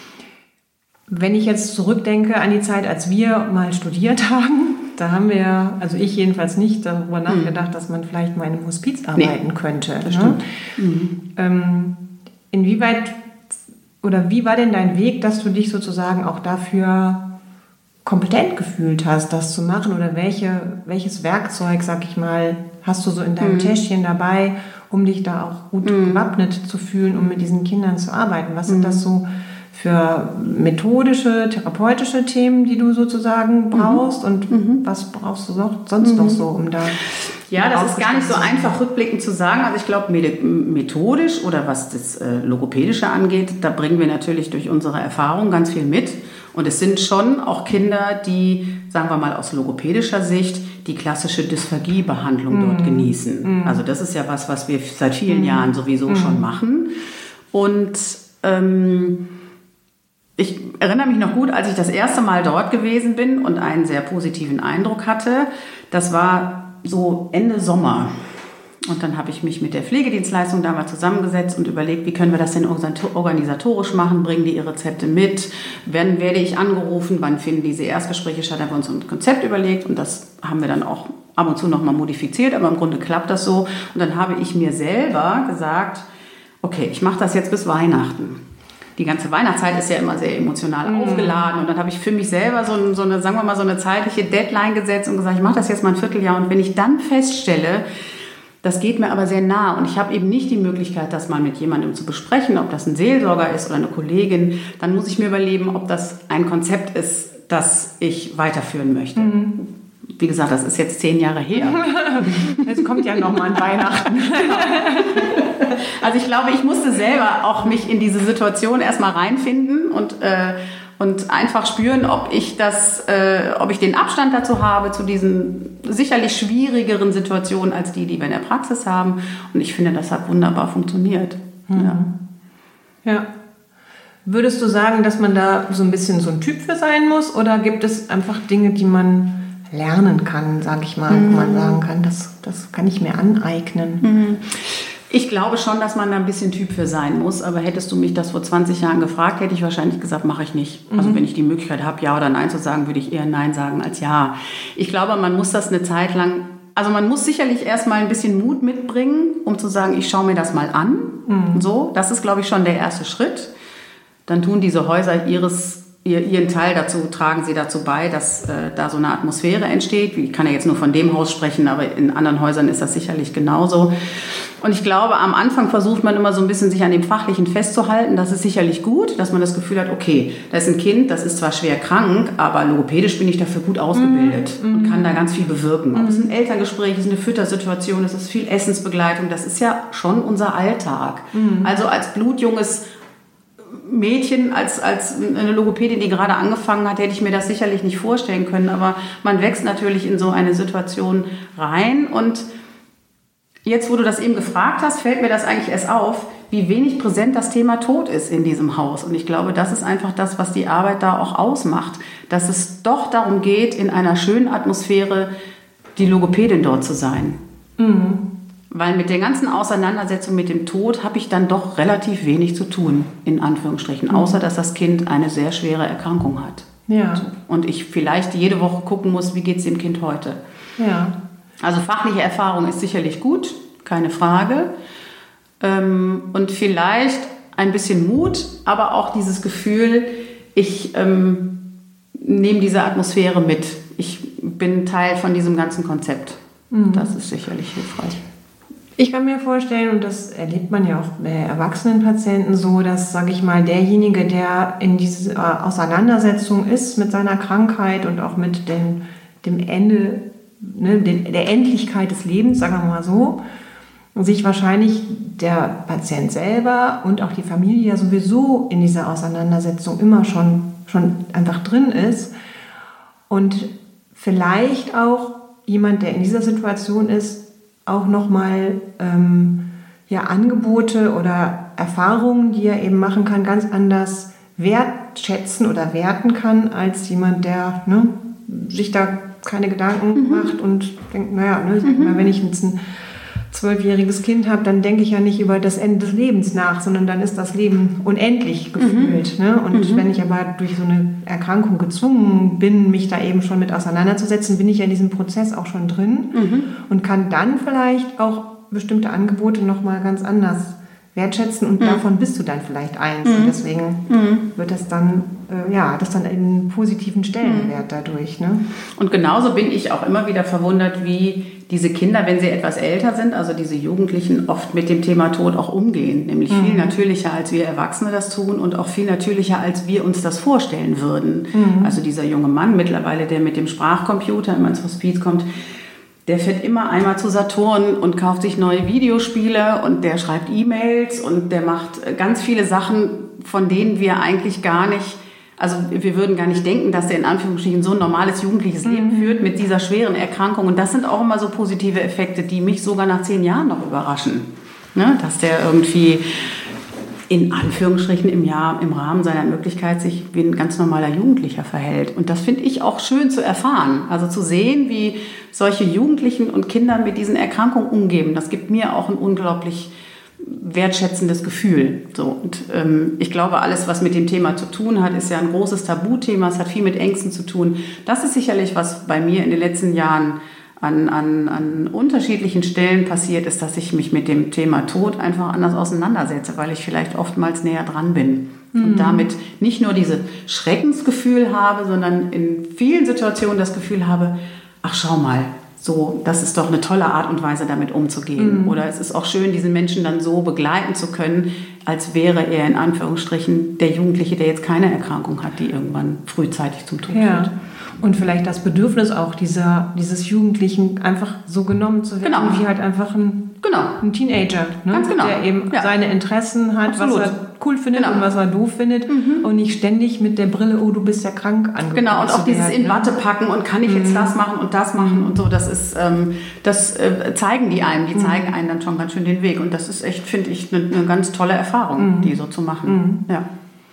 Wenn ich jetzt zurückdenke an die Zeit, als wir mal studiert haben, da haben wir, also ich jedenfalls nicht darüber nachgedacht, dass man vielleicht mal in einem Hospiz arbeiten nee, könnte. Das stimmt. Ne? Mhm. Ähm, inwieweit oder wie war denn dein Weg, dass du dich sozusagen auch dafür kompetent gefühlt hast, das zu machen? Oder welche, welches Werkzeug, sag ich mal, hast du so in deinem mhm. Täschchen dabei, um dich da auch gut mhm. gewappnet zu fühlen, um mit diesen Kindern zu arbeiten? Was sind mhm. das so für methodische, therapeutische Themen, die du sozusagen brauchst? Mhm. Und mhm. was brauchst du sonst mhm. noch so, um da... Ja, das ist gar nicht so einfach rückblickend zu sagen. Also ich glaube, methodisch oder was das äh, Logopädische angeht, da bringen wir natürlich durch unsere Erfahrung ganz viel mit. Und es sind schon auch Kinder, die, sagen wir mal aus logopädischer Sicht, die klassische Dysphagiebehandlung mm. dort genießen. Mm. Also das ist ja was, was wir seit vielen mm. Jahren sowieso mm. schon machen. Und ähm, ich erinnere mich noch gut, als ich das erste Mal dort gewesen bin und einen sehr positiven Eindruck hatte. Das war so Ende Sommer. Und dann habe ich mich mit der Pflegedienstleistung damals zusammengesetzt und überlegt, wie können wir das denn organisatorisch machen? Bringen die ihre Rezepte mit? Wann werde ich angerufen? Wann finden diese Erstgespräche statt? Da haben wir uns ein Konzept überlegt und das haben wir dann auch ab und zu nochmal modifiziert, aber im Grunde klappt das so. Und dann habe ich mir selber gesagt, okay, ich mache das jetzt bis Weihnachten. Die ganze Weihnachtszeit ist ja immer sehr emotional mm. aufgeladen und dann habe ich für mich selber so, so eine, sagen wir mal, so eine zeitliche Deadline gesetzt und gesagt, ich mache das jetzt mal ein Vierteljahr und wenn ich dann feststelle, das geht mir aber sehr nah und ich habe eben nicht die Möglichkeit, das mal mit jemandem zu besprechen, ob das ein Seelsorger ist oder eine Kollegin, dann muss ich mir überlegen, ob das ein Konzept ist, das ich weiterführen möchte. Mm. Wie gesagt, das ist jetzt zehn Jahre her. Jetzt kommt ja noch mal an Weihnachten. Also ich glaube, ich musste selber auch mich in diese Situation erstmal reinfinden und, äh, und einfach spüren, ob ich das, äh, ob ich den Abstand dazu habe zu diesen sicherlich schwierigeren Situationen als die, die wir in der Praxis haben. Und ich finde, das hat wunderbar funktioniert. Mhm. Ja. Ja. Würdest du sagen, dass man da so ein bisschen so ein Typ für sein muss, oder gibt es einfach Dinge, die man lernen kann, sage ich mal, mhm. wo man sagen kann, das, das kann ich mir aneignen? Mhm. Ich glaube schon, dass man da ein bisschen Typ für sein muss, aber hättest du mich das vor zwanzig Jahren gefragt, hätte ich wahrscheinlich gesagt, mache ich nicht. Mhm. Also wenn ich die Möglichkeit habe, ja oder nein zu sagen, würde ich eher nein sagen als ja. Ich glaube, man muss das eine Zeit lang, also man muss sicherlich erstmal ein bisschen Mut mitbringen, um zu sagen, ich schaue mir das mal an. Mhm. So, das ist, glaube ich, schon der erste Schritt. Dann tun diese Häuser ihres, ihren Teil dazu, tragen sie dazu bei, dass äh, da so eine Atmosphäre entsteht. Ich kann ja jetzt nur von dem Haus sprechen, aber in anderen Häusern ist das sicherlich genauso. Und ich glaube, am Anfang versucht man immer so ein bisschen sich an dem Fachlichen festzuhalten. Das ist sicherlich gut, dass man das Gefühl hat, okay, da ist ein Kind, das ist zwar schwer krank, aber logopädisch bin ich dafür gut ausgebildet mm. und kann da ganz viel bewirken. Ob mm. es ein Elterngespräch ist, eine Füttersituation, es ist viel Essensbegleitung, das ist ja schon unser Alltag. Mm. Also als blutjunges Mädchen, als, als eine Logopädin, die gerade angefangen hat, hätte ich mir das sicherlich nicht vorstellen können. Aber man wächst natürlich in so eine Situation rein. Und jetzt, wo du das eben gefragt hast, fällt mir das eigentlich erst auf, wie wenig präsent das Thema Tod ist in diesem Haus. Und ich glaube, das ist einfach das, was die Arbeit da auch ausmacht. Dass es doch darum geht, in einer schönen Atmosphäre die Logopädin dort zu sein. Mhm. Weil mit der ganzen Auseinandersetzung mit dem Tod habe ich dann doch relativ wenig zu tun, in Anführungsstrichen. Außer, dass das Kind eine sehr schwere Erkrankung hat. Ja. Und ich vielleicht jede Woche gucken muss, wie geht es dem Kind heute. Ja. Also fachliche Erfahrung ist sicherlich gut, keine Frage. Und vielleicht ein bisschen Mut, aber auch dieses Gefühl, ich ähm, nehme diese Atmosphäre mit. Ich bin Teil von diesem ganzen Konzept. Mhm. Das ist sicherlich hilfreich. Ich kann mir vorstellen, und das erlebt man ja auch bei erwachsenen Patienten so, dass, sage ich mal, derjenige, der in dieser Auseinandersetzung ist mit seiner Krankheit und auch mit dem, dem Ende, ne, der Endlichkeit des Lebens, sagen wir mal so, sich wahrscheinlich der Patient selber und auch die Familie ja sowieso in dieser Auseinandersetzung immer schon, schon einfach drin ist. Und vielleicht auch jemand, der in dieser Situation ist, auch nochmal ähm, ja, Angebote oder Erfahrungen, die er eben machen kann, ganz anders wertschätzen oder werten kann, als jemand, der ne, sich da keine Gedanken mhm. macht und denkt, naja, ne, sag mal, wenn ich jetzt ein zwölfjähriges Kind habe, dann denke ich ja nicht über das Ende des Lebens nach, sondern dann ist das Leben unendlich gefühlt. Mhm. Ne? Und mhm. wenn ich aber durch so eine Erkrankung gezwungen bin, mich da eben schon mit auseinanderzusetzen, bin ich ja in diesem Prozess auch schon drin mhm. und kann dann vielleicht auch bestimmte Angebote nochmal ganz anders wertschätzen und mhm. davon bist du dann vielleicht eins. Mhm. Und deswegen mhm. wird das dann, äh, ja, das dann einen positiven Stellenwert mhm. dadurch. Ne? Und genauso bin ich auch immer wieder verwundert, wie diese Kinder, wenn sie etwas älter sind, also diese Jugendlichen, oft mit dem Thema Tod auch umgehen. Nämlich mhm. viel natürlicher, als wir Erwachsene das tun und auch viel natürlicher, als wir uns das vorstellen würden. Mhm. Also dieser junge Mann mittlerweile, der mit dem Sprachcomputer immer ins Hospiz kommt, der fährt immer einmal zu Saturn und kauft sich neue Videospiele und der schreibt E-Mails und der macht ganz viele Sachen, von denen wir eigentlich gar nicht, also wir würden gar nicht denken, dass der in Anführungsstrichen so ein normales jugendliches Leben mhm. führt mit dieser schweren Erkrankung. Und das sind auch immer so positive Effekte, die mich sogar nach zehn Jahren noch überraschen. Ne? Dass der irgendwie in Anführungsstrichen im Jahr, im Rahmen seiner Möglichkeit sich wie ein ganz normaler Jugendlicher verhält. Und das finde ich auch schön zu erfahren. Also zu sehen, wie solche Jugendlichen und Kinder mit diesen Erkrankungen umgehen. Das gibt mir auch ein unglaublich wertschätzendes Gefühl. So, und ähm, ich glaube, alles, was mit dem Thema zu tun hat, ist ja ein großes Tabuthema. Es hat viel mit Ängsten zu tun. Das ist sicherlich, was bei mir in den letzten Jahren an, an, an unterschiedlichen Stellen passiert ist, dass ich mich mit dem Thema Tod einfach anders auseinandersetze, weil ich vielleicht oftmals näher dran bin. Mhm. Und damit nicht nur dieses Schreckensgefühl habe, sondern in vielen Situationen das Gefühl habe, ach schau mal, so, das ist doch eine tolle Art und Weise, damit umzugehen. Mhm. Oder es ist auch schön, diesen Menschen dann so begleiten zu können, als wäre er in Anführungsstrichen der Jugendliche, der jetzt keine Erkrankung hat, die irgendwann frühzeitig zum Tod ja. führt. Und vielleicht das Bedürfnis auch dieser, dieses Jugendlichen einfach so genommen zu werden, genau. wie halt einfach ein, genau. ein Teenager, ne? Ganz genau. Der eben ja. seine Interessen hat, Absolut. was er cool findet genau. und was er doof findet mhm. und nicht ständig mit der Brille, oh, du bist ja krank angekommen. Genau, und auch dieses halt, in ne? Watte packen und kann ich jetzt mhm. das machen und das machen und so, das ist, ähm, das äh, zeigen die einem, die mhm. zeigen einem dann schon ganz schön den Weg und das ist echt, finde ich, eine ne ganz tolle Erfahrung, mhm. die so zu machen. Mhm. Ja.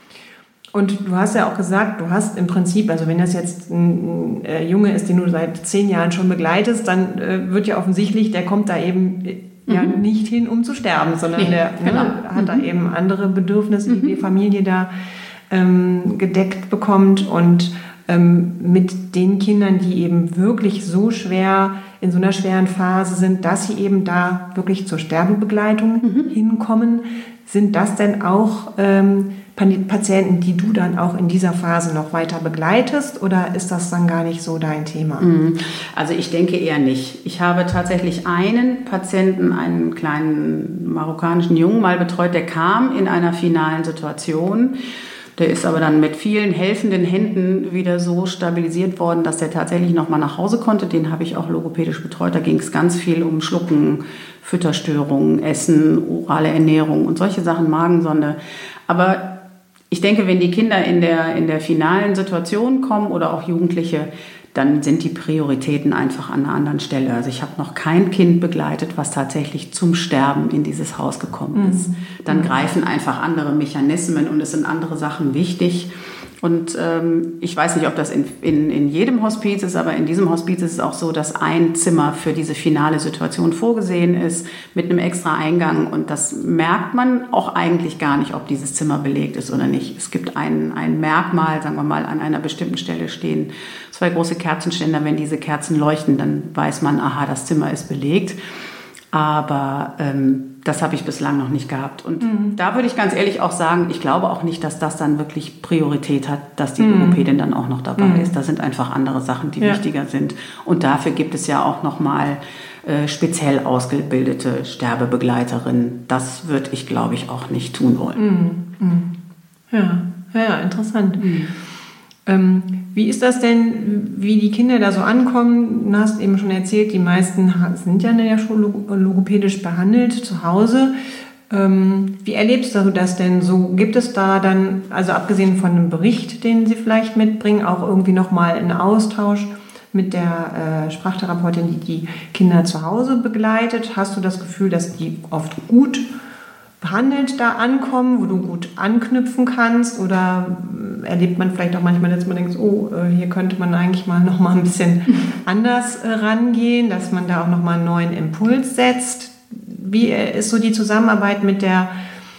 Und du hast ja auch gesagt, du hast im Prinzip, also wenn das jetzt ein, ein Junge ist, den du seit zehn Jahren schon begleitest, dann äh, wird ja offensichtlich, der kommt da eben äh, mhm. ja nicht hin, um zu sterben, sondern nee, der genau. ne, hat mhm. da eben andere Bedürfnisse, die mhm. die Familie da ähm, gedeckt bekommt. Und ähm, mit den Kindern, die eben wirklich so schwer, in so einer schweren Phase sind, dass sie eben da wirklich zur Sterbebegleitung mhm. hinkommen, sind das denn auch ähm, Patienten, die du dann auch in dieser Phase noch weiter begleitest, oder ist das dann gar nicht so dein Thema? Also ich denke eher nicht. Ich habe tatsächlich einen Patienten, einen kleinen marokkanischen Jungen mal betreut, der kam in einer finalen Situation. Der ist aber dann mit vielen helfenden Händen wieder so stabilisiert worden, dass der tatsächlich noch mal nach Hause konnte. Den habe ich auch logopädisch betreut. Da ging es ganz viel um Schlucken, Fütterstörungen, Essen, orale Ernährung und solche Sachen, Magensonde. Aber ich denke, wenn die Kinder in der, in der finalen Situation kommen oder auch Jugendliche, dann sind die Prioritäten einfach an einer anderen Stelle. Also ich habe noch kein Kind begleitet, was tatsächlich zum Sterben in dieses Haus gekommen ist. Mhm. Dann greifen einfach andere Mechanismen und es sind andere Sachen wichtig. Und ähm, ich weiß nicht, ob das in, in, in jedem Hospiz ist, aber in diesem Hospiz ist es auch so, dass ein Zimmer für diese finale Situation vorgesehen ist, mit einem extra Eingang. Und das merkt man auch eigentlich gar nicht, ob dieses Zimmer belegt ist oder nicht. Es gibt ein, ein Merkmal, sagen wir mal, an einer bestimmten Stelle stehen zwei große Kerzenständer. Wenn diese Kerzen leuchten, dann weiß man, aha, das Zimmer ist belegt. Aber ähm, das habe ich bislang noch nicht gehabt. Und mhm. da würde ich ganz ehrlich auch sagen, ich glaube auch nicht, dass das dann wirklich Priorität hat, dass die mhm. Logopädin dann auch noch dabei mhm. ist. Da sind einfach andere Sachen, die ja. wichtiger sind. Und dafür gibt es ja auch nochmal äh, speziell ausgebildete Sterbebegleiterinnen. Das würde ich, glaube ich, auch nicht tun wollen. Mhm. Mhm. Ja, ja, interessant. Mhm. Ähm, wie ist das denn, wie die Kinder da so ankommen? Du hast eben schon erzählt, die meisten sind ja in der Schule logopädisch behandelt zu Hause. Ähm, wie erlebst du das denn so? Gibt es da dann, also abgesehen von einem Bericht, den sie vielleicht mitbringen, auch irgendwie nochmal einen Austausch mit der äh, Sprachtherapeutin, die die Kinder zu Hause begleitet? Hast du das Gefühl, dass die oft gut behandelt da ankommen, wo du gut anknüpfen kannst, oder erlebt man vielleicht auch manchmal, dass man denkt, oh, hier könnte man eigentlich mal noch mal ein bisschen anders rangehen, dass man da auch noch mal einen neuen Impuls setzt? Wie ist so die Zusammenarbeit mit der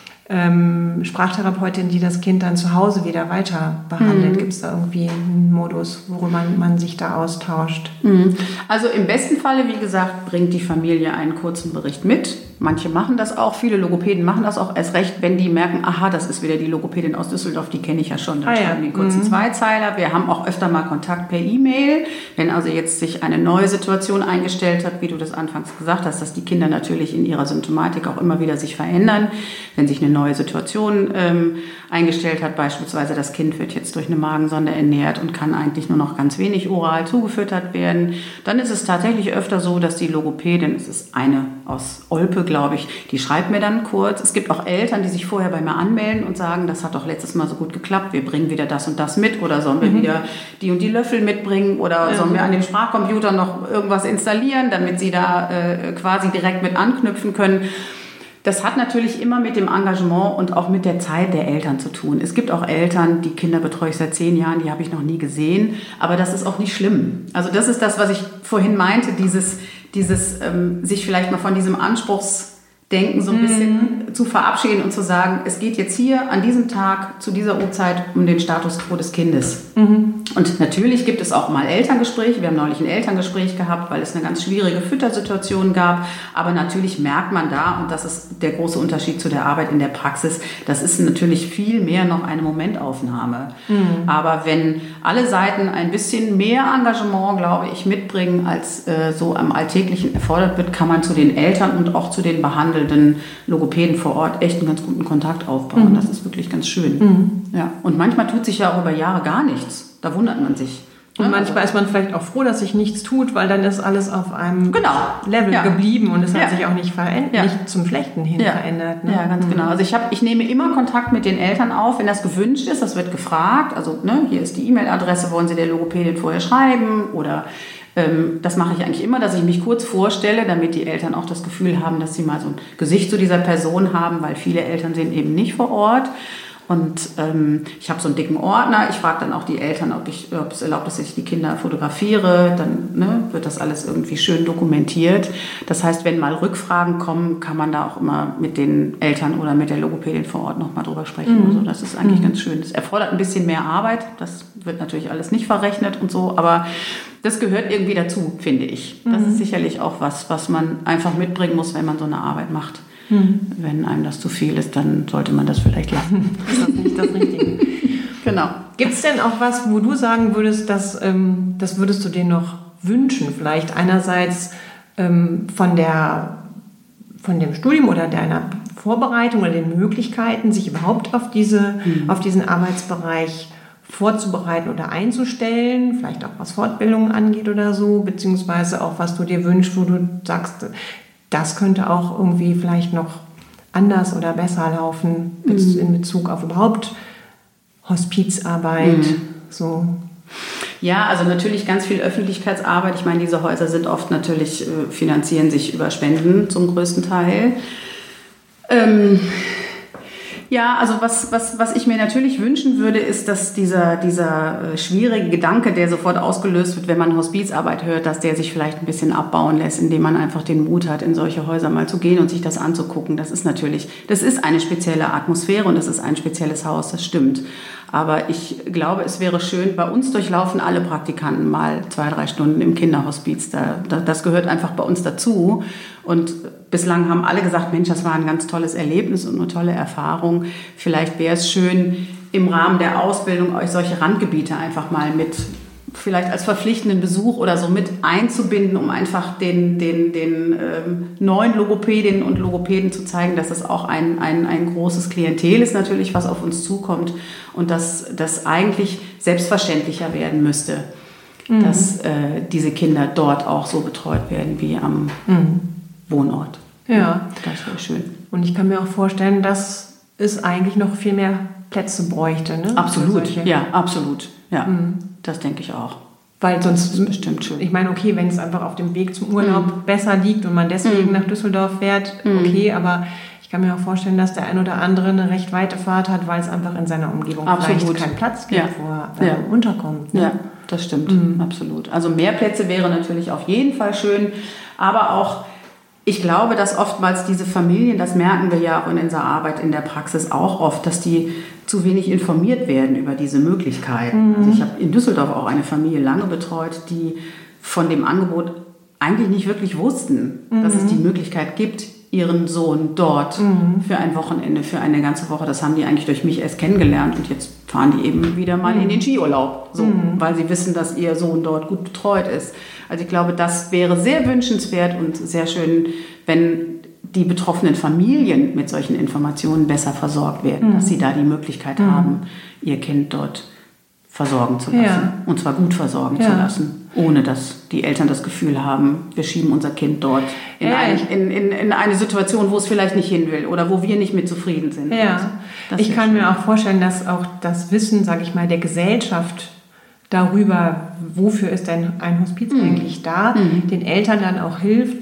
ähm, Sprachtherapeutin, die das Kind dann zu Hause wieder weiter behandelt? Mhm. Gibt es da irgendwie einen Modus, worüber man, man sich da austauscht? Mhm. Also im besten Falle, wie gesagt, bringt die Familie einen kurzen Bericht mit. Manche machen das auch, viele Logopäden machen das auch erst recht, wenn die merken, aha, das ist wieder die Logopädin aus Düsseldorf, die kenne ich ja schon, dann ah, schreiben ja. die einen kurzen mhm. Zweizeiler. Wir haben auch öfter mal Kontakt per E-Mail, wenn also jetzt sich eine neue Situation eingestellt hat, wie du das anfangs gesagt hast, dass die Kinder natürlich in ihrer Symptomatik auch immer wieder sich verändern, wenn sich eine neue Situation ähm, eingestellt hat, beispielsweise das Kind wird jetzt durch eine Magensonde ernährt und kann eigentlich nur noch ganz wenig oral zugefüttert werden, dann ist es tatsächlich öfter so, dass die Logopädin, es ist eine aus Olpe, glaube ich, die schreibt mir dann kurz. Es gibt auch Eltern, die sich vorher bei mir anmelden und sagen, das hat doch letztes Mal so gut geklappt, wir bringen wieder das und das mit, oder sollen wir mhm. wieder die und die Löffel mitbringen, oder ja. sollen wir an dem Sprachcomputer noch irgendwas installieren, damit sie da äh, quasi direkt mit anknüpfen können. Das hat natürlich immer mit dem Engagement und auch mit der Zeit der Eltern zu tun. Es gibt auch Eltern, die Kinder betreue ich seit zehn Jahren, die habe ich noch nie gesehen, aber das ist auch nicht schlimm. Also das ist das, was ich vorhin meinte, dieses, dieses ähm, sich vielleicht mal von diesem Anspruchsdenken so ein bisschen mhm. zu verabschieden und zu sagen, es geht jetzt hier an diesem Tag zu dieser Uhrzeit um den Status quo des Kindes. Mhm. Und natürlich gibt es auch mal Elterngespräche. Wir haben neulich ein Elterngespräch gehabt, weil es eine ganz schwierige Füttersituation gab. Aber natürlich merkt man da, und das ist der große Unterschied zu der Arbeit in der Praxis, das ist natürlich viel mehr noch eine Momentaufnahme. Mhm. Aber wenn alle Seiten ein bisschen mehr Engagement, glaube ich, mitbringen, als äh, so am Alltäglichen erfordert wird, kann man zu den Eltern und auch zu den behandelnden Logopäden vor Ort echt einen ganz guten Kontakt aufbauen. Mhm. Das ist wirklich ganz schön. Mhm. Ja. Und manchmal tut sich ja auch über Jahre gar nichts. Da wundert man sich. Und manchmal ist man vielleicht auch froh, dass sich nichts tut, weil dann ist alles auf einem genau. Level ja. geblieben und es hat ja. sich auch nicht, verändert, ja. nicht zum Schlechten hin ja. verändert. Ne? Ja, ganz mhm. genau. Also ich, hab, ich nehme immer Kontakt mit den Eltern auf, wenn das gewünscht ist. Das wird gefragt. Also ne, hier ist die E-Mail-Adresse, wollen Sie der Logopädin vorher schreiben? Oder ähm, das mache ich eigentlich immer, dass ich mich kurz vorstelle, damit die Eltern auch das Gefühl haben, dass sie mal so ein Gesicht zu dieser Person haben, weil viele Eltern sind eben nicht vor Ort. Und ähm, ich habe so einen dicken Ordner. Ich frage dann auch die Eltern, ob, ich, ob es erlaubt ist, dass ich die Kinder fotografiere. Dann ne, wird das alles irgendwie schön dokumentiert. Das heißt, wenn mal Rückfragen kommen, kann man da auch immer mit den Eltern oder mit der Logopädin vor Ort nochmal drüber sprechen. Mhm. Also das ist eigentlich mhm. ganz schön. Das erfordert ein bisschen mehr Arbeit. Das wird natürlich alles nicht verrechnet und so. Aber das gehört irgendwie dazu, finde ich. Das mhm. ist sicherlich auch was, was man einfach mitbringen muss, wenn man so eine Arbeit macht. Hm. Wenn einem das zu viel ist, dann sollte man das vielleicht lassen. Ist das nicht das Richtige? Genau. Gibt es denn auch was, wo du sagen würdest, dass, ähm, das würdest du dir noch wünschen? Vielleicht einerseits ähm, von, der, von dem Studium oder deiner Vorbereitung oder den Möglichkeiten, sich überhaupt auf, diese, hm. auf diesen Arbeitsbereich vorzubereiten oder einzustellen, vielleicht auch was Fortbildungen angeht oder so, beziehungsweise auch was du dir wünschst, wo du sagst, das könnte auch irgendwie vielleicht noch anders oder besser laufen mhm. in Bezug auf überhaupt Hospizarbeit. Mhm. So. Ja, also natürlich ganz viel Öffentlichkeitsarbeit. Ich meine, diese Häuser sind oft natürlich, äh, finanzieren sich über Spenden zum größten Teil. Ähm, Ja, also was, was, was ich mir natürlich wünschen würde, ist, dass dieser, dieser äh, schwierige Gedanke, der sofort ausgelöst wird, wenn man Hospizarbeit hört, dass der sich vielleicht ein bisschen abbauen lässt, indem man einfach den Mut hat, in solche Häuser mal zu gehen und sich das anzugucken. Das ist natürlich, das ist eine spezielle Atmosphäre und das ist ein spezielles Haus, das stimmt. Aber ich glaube, es wäre schön, bei uns durchlaufen alle Praktikanten mal zwei, drei Stunden im Kinderhospiz. Da, da, das gehört einfach bei uns dazu. Und bislang haben alle gesagt, Mensch, das war ein ganz tolles Erlebnis und eine tolle Erfahrung. Vielleicht wäre es schön, im Rahmen der Ausbildung euch solche Randgebiete einfach mal mit, vielleicht als verpflichtenden Besuch oder so mit einzubinden, um einfach den, den, den ähm, neuen Logopädinnen und Logopäden zu zeigen, dass das auch ein, ein, ein großes Klientel ist natürlich, was auf uns zukommt und dass das eigentlich selbstverständlicher werden müsste, mhm. dass äh, diese Kinder dort auch so betreut werden wie am mhm. Wohnort. Ja. Das wäre schön. Und ich kann mir auch vorstellen, dass es eigentlich noch viel mehr Plätze bräuchte. Ne? Absolut, ja, absolut. Ja, mhm. das denke ich auch. Weil sonst, das ist bestimmt schön. Ich meine, okay, wenn es einfach auf dem Weg zum Urlaub mhm. besser liegt und man deswegen mhm. nach Düsseldorf fährt, okay, mhm. aber ich kann mir auch vorstellen, dass der ein oder andere eine recht weite Fahrt hat, weil es einfach in seiner Umgebung absolut. Vielleicht keinen Platz gibt, ja. wo er ja. unterkommt. Ne? Ja, das stimmt, mhm. absolut. Also mehr Plätze wäre natürlich auf jeden Fall schön, aber auch ich glaube, dass oftmals diese Familien, das merken wir ja auch in unserer Arbeit in der Praxis auch oft, dass die zu wenig informiert werden über diese Möglichkeiten. Mhm. Also ich habe in Düsseldorf auch eine Familie lange betreut, die von dem Angebot eigentlich nicht wirklich wussten, mhm. dass es die Möglichkeit gibt, ihren Sohn dort mhm. für ein Wochenende, für eine ganze Woche, das haben die eigentlich durch mich erst kennengelernt und jetzt fahren die eben wieder mal mhm. in den Skiurlaub, so, mhm. weil sie wissen, dass ihr Sohn dort gut betreut ist. Also ich glaube, das wäre sehr wünschenswert und sehr schön, wenn die betroffenen Familien mit solchen Informationen besser versorgt werden, mhm. dass sie da die Möglichkeit mhm. haben, ihr Kind dort versorgen zu lassen. Ja. Und zwar gut versorgen ja. zu lassen, ohne dass die Eltern das Gefühl haben, wir schieben unser Kind dort in, ja, ein, in, in, in eine Situation, wo es vielleicht nicht hin will oder wo wir nicht mit zufrieden sind. Ja. Also, ich kann schön. mir auch vorstellen, dass auch das Wissen, sage ich mal, der Gesellschaft darüber, wofür ist denn ein Hospiz mhm. eigentlich da, mhm. den Eltern dann auch hilft,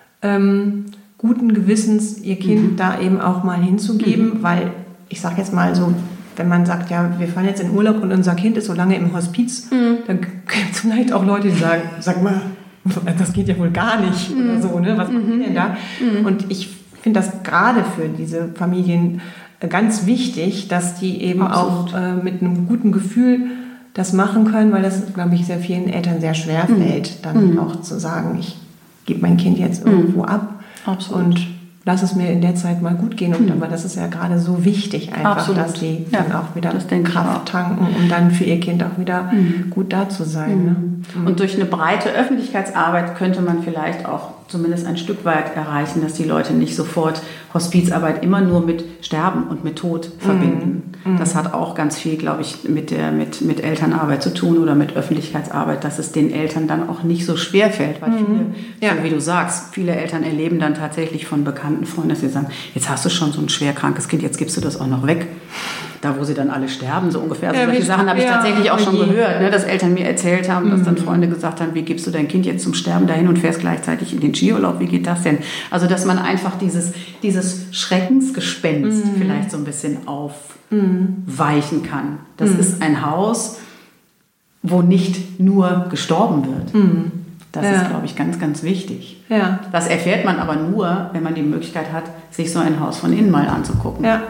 ähm, guten Gewissens ihr Kind mhm. da eben auch mal hinzugeben, mhm. weil ich sage jetzt mal so, wenn man sagt, ja, wir fahren jetzt in Urlaub und unser Kind ist so lange im Hospiz, mhm. dann gibt es vielleicht auch Leute, die sagen, sag mal, das geht ja wohl gar nicht mhm. oder so, ne? Was machen die denn da? Mhm. Und ich finde das gerade für diese Familien ganz wichtig, dass die eben Absolut. auch äh, mit einem guten Gefühl das machen können, weil das, glaube ich, sehr vielen Eltern sehr schwer fällt, mhm. dann mhm. auch zu sagen, ich gebe mein Kind jetzt irgendwo mhm. ab Absolut. und lass es mir in der Zeit mal gut gehen. Und mhm. aber das ist ja gerade so wichtig, einfach, Absolut. dass die ja, dann auch wieder Kraft tanken, um dann für ihr Kind auch wieder mhm. gut da zu sein. Mhm. Ne? Und durch eine breite Öffentlichkeitsarbeit könnte man vielleicht auch zumindest ein Stück weit erreichen, dass die Leute nicht sofort Hospizarbeit immer nur mit Sterben und mit Tod verbinden. Mhm. Mhm. Das hat auch ganz viel, glaube ich, mit der mit, mit Elternarbeit zu tun oder mit Öffentlichkeitsarbeit, dass es den Eltern dann auch nicht so schwer fällt. Weil viele, mhm. ja. so wie du sagst, viele Eltern erleben dann tatsächlich von bekannten Freunden, dass sie sagen, jetzt hast du schon so ein schwer krankes Kind, jetzt gibst du das auch noch weg. Da, wo sie dann alle sterben, so ungefähr. Also ja, solche Sachen habe ich ja, tatsächlich auch schon je. gehört, ne, dass Eltern mir erzählt haben, dass mhm. dann Freunde gesagt haben, wie gibst du dein Kind jetzt zum Sterben dahin und fährst gleichzeitig in den Skiurlaub, wie geht das denn? Also, dass man einfach dieses, dieses Schreckensgespenst mhm. vielleicht so ein bisschen aufweichen kann. Das mhm. ist ein Haus, wo nicht nur gestorben wird. Mhm. Das ja. ist, glaube ich, ganz, ganz wichtig. Ja. Das erfährt man aber nur, wenn man die Möglichkeit hat, sich so ein Haus von innen mal anzugucken. Ja.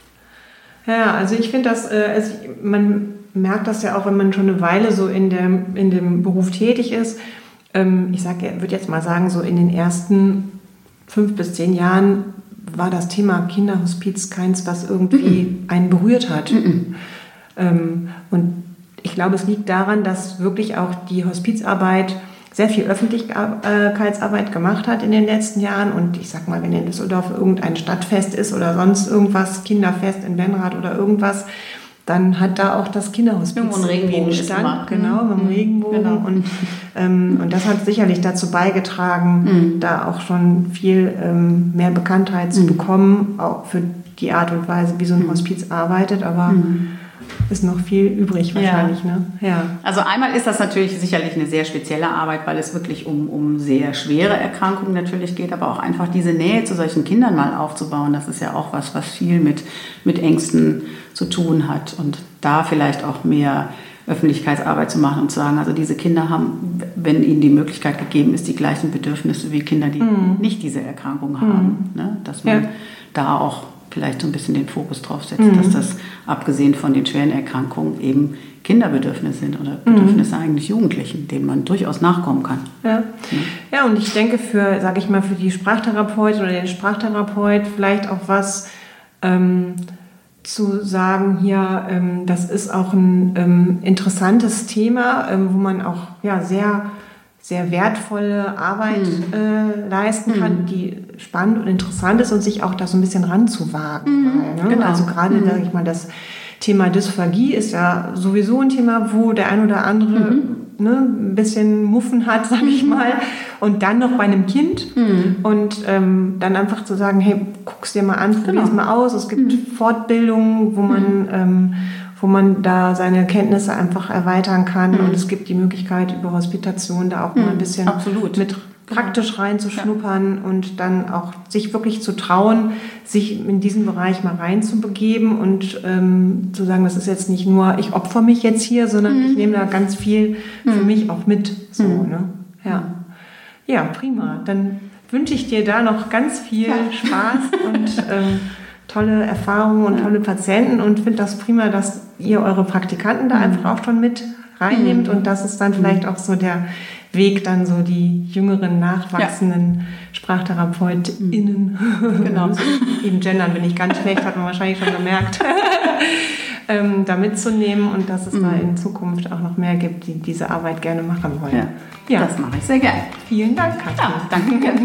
Ja, also ich finde das, äh, also man merkt das ja auch, wenn man schon eine Weile so in, der, in dem Beruf tätig ist. Ähm, ich sag, würde jetzt mal sagen, so in den ersten fünf bis zehn Jahren war das Thema Kinderhospiz keins, was irgendwie mhm. einen berührt hat. Mhm. Ähm, und ich glaube, es liegt daran, dass wirklich auch die Hospizarbeit sehr viel Öffentlichkeitsarbeit gemacht hat in den letzten Jahren. Und ich sag mal, wenn in Düsseldorf irgendein Stadtfest ist oder sonst irgendwas, Kinderfest in Benrath oder irgendwas, dann hat da auch das Kinderhospiz einen Regenbogen Stand, immer. Genau, mit dem Regenbogen. Genau. Und, ähm, und das hat sicherlich dazu beigetragen, mhm. da auch schon viel ähm, mehr Bekanntheit zu mhm. bekommen, auch für die Art und Weise, wie so ein Hospiz arbeitet. Aber mhm. ist noch viel übrig wahrscheinlich. Ja. Ne? Ja. Also einmal ist das natürlich sicherlich eine sehr spezielle Arbeit, weil es wirklich um, um sehr schwere Erkrankungen natürlich geht, aber auch einfach diese Nähe zu solchen Kindern mal aufzubauen, das ist ja auch was, was viel mit, mit Ängsten zu tun hat und da vielleicht auch mehr Öffentlichkeitsarbeit zu machen und zu sagen, also diese Kinder haben, wenn ihnen die Möglichkeit gegeben ist, die gleichen Bedürfnisse wie Kinder, die mhm. nicht diese Erkrankung haben, mhm. ne? Dass man ja. da auch vielleicht so ein bisschen den Fokus drauf setzt, mhm. dass das abgesehen von den schweren Erkrankungen eben Kinderbedürfnisse sind oder Bedürfnisse mhm. eigentlich Jugendlichen, denen man durchaus nachkommen kann. Ja, ja. ja und ich denke für, sage ich mal, für die Sprachtherapeutin oder den Sprachtherapeut vielleicht auch was ähm, zu sagen hier, ähm, das ist auch ein ähm, interessantes Thema, ähm, wo man auch ja sehr sehr wertvolle Arbeit mhm. äh, leisten kann, mhm. die spannend und interessant ist und sich auch da so ein bisschen ranzuwagen. Mhm. Mal, ne? Genau. Also gerade, mhm. sage ich mal, das Thema Dysphagie ist ja sowieso ein Thema, wo der ein oder andere mhm. ne, ein bisschen Muffen hat, sage ich mal, und dann noch bei einem Kind mhm. und ähm, dann einfach zu sagen, hey, guck's dir mal an, probier es genau. mal aus. Es gibt mhm. Fortbildungen, wo man mhm. ähm, wo man da seine Kenntnisse einfach erweitern kann. Mhm. Und es gibt die Möglichkeit, über Hospitation da auch mhm. mal ein bisschen Absolut. mit praktisch reinzuschnuppern ja. und dann auch sich wirklich zu trauen, sich in diesen Bereich mal reinzubegeben und ähm, zu sagen, das ist jetzt nicht nur, ich opfere mich jetzt hier, sondern mhm. ich nehme da ganz viel mhm. für mich auch mit. So, mhm. ne? Ja. Ja, prima. Dann wünsche ich dir da noch ganz viel ja. Spaß und ähm, tolle Erfahrungen und tolle Patienten und finde das prima, dass ihr eure Praktikanten da mhm. einfach auch schon mit reinnehmt mhm. und das ist dann vielleicht auch so der Weg, dann so die jüngeren, nachwachsenden ja. SprachtherapeutInnen, mhm. genau, eben gendern bin ich ganz schlecht, hat man wahrscheinlich schon gemerkt, ähm, da mitzunehmen und dass es mhm. da in Zukunft auch noch mehr gibt, die diese Arbeit gerne machen wollen. Ja, ja. Das mache ich sehr gerne. Vielen Dank, Katrin. Ja, danke.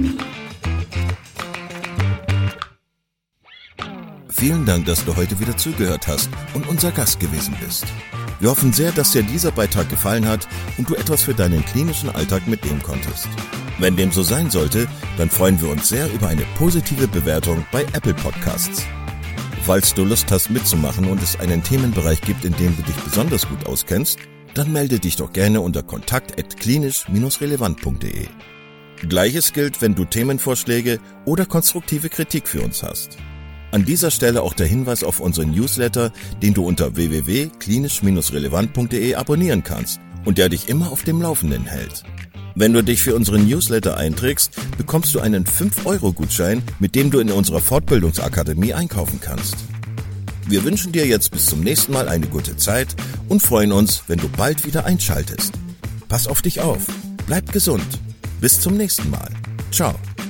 Vielen Dank, dass du heute wieder zugehört hast und unser Gast gewesen bist. Wir hoffen sehr, dass dir dieser Beitrag gefallen hat und du etwas für deinen klinischen Alltag mitnehmen konntest. Wenn dem so sein sollte, dann freuen wir uns sehr über eine positive Bewertung bei Apple Podcasts. Falls du Lust hast mitzumachen und es einen Themenbereich gibt, in dem du dich besonders gut auskennst, dann melde dich doch gerne unter kontakt at klinisch relevant punkt de. Gleiches gilt, wenn du Themenvorschläge oder konstruktive Kritik für uns hast. An dieser Stelle auch der Hinweis auf unseren Newsletter, den du unter w w w punkt klinisch relevant punkt de abonnieren kannst und der dich immer auf dem Laufenden hält. Wenn du dich für unseren Newsletter einträgst, bekommst du einen fünf Euro Gutschein, mit dem du in unserer Fortbildungsakademie einkaufen kannst. Wir wünschen dir jetzt bis zum nächsten Mal eine gute Zeit und freuen uns, wenn du bald wieder einschaltest. Pass auf dich auf, bleib gesund. Bis zum nächsten Mal. Ciao.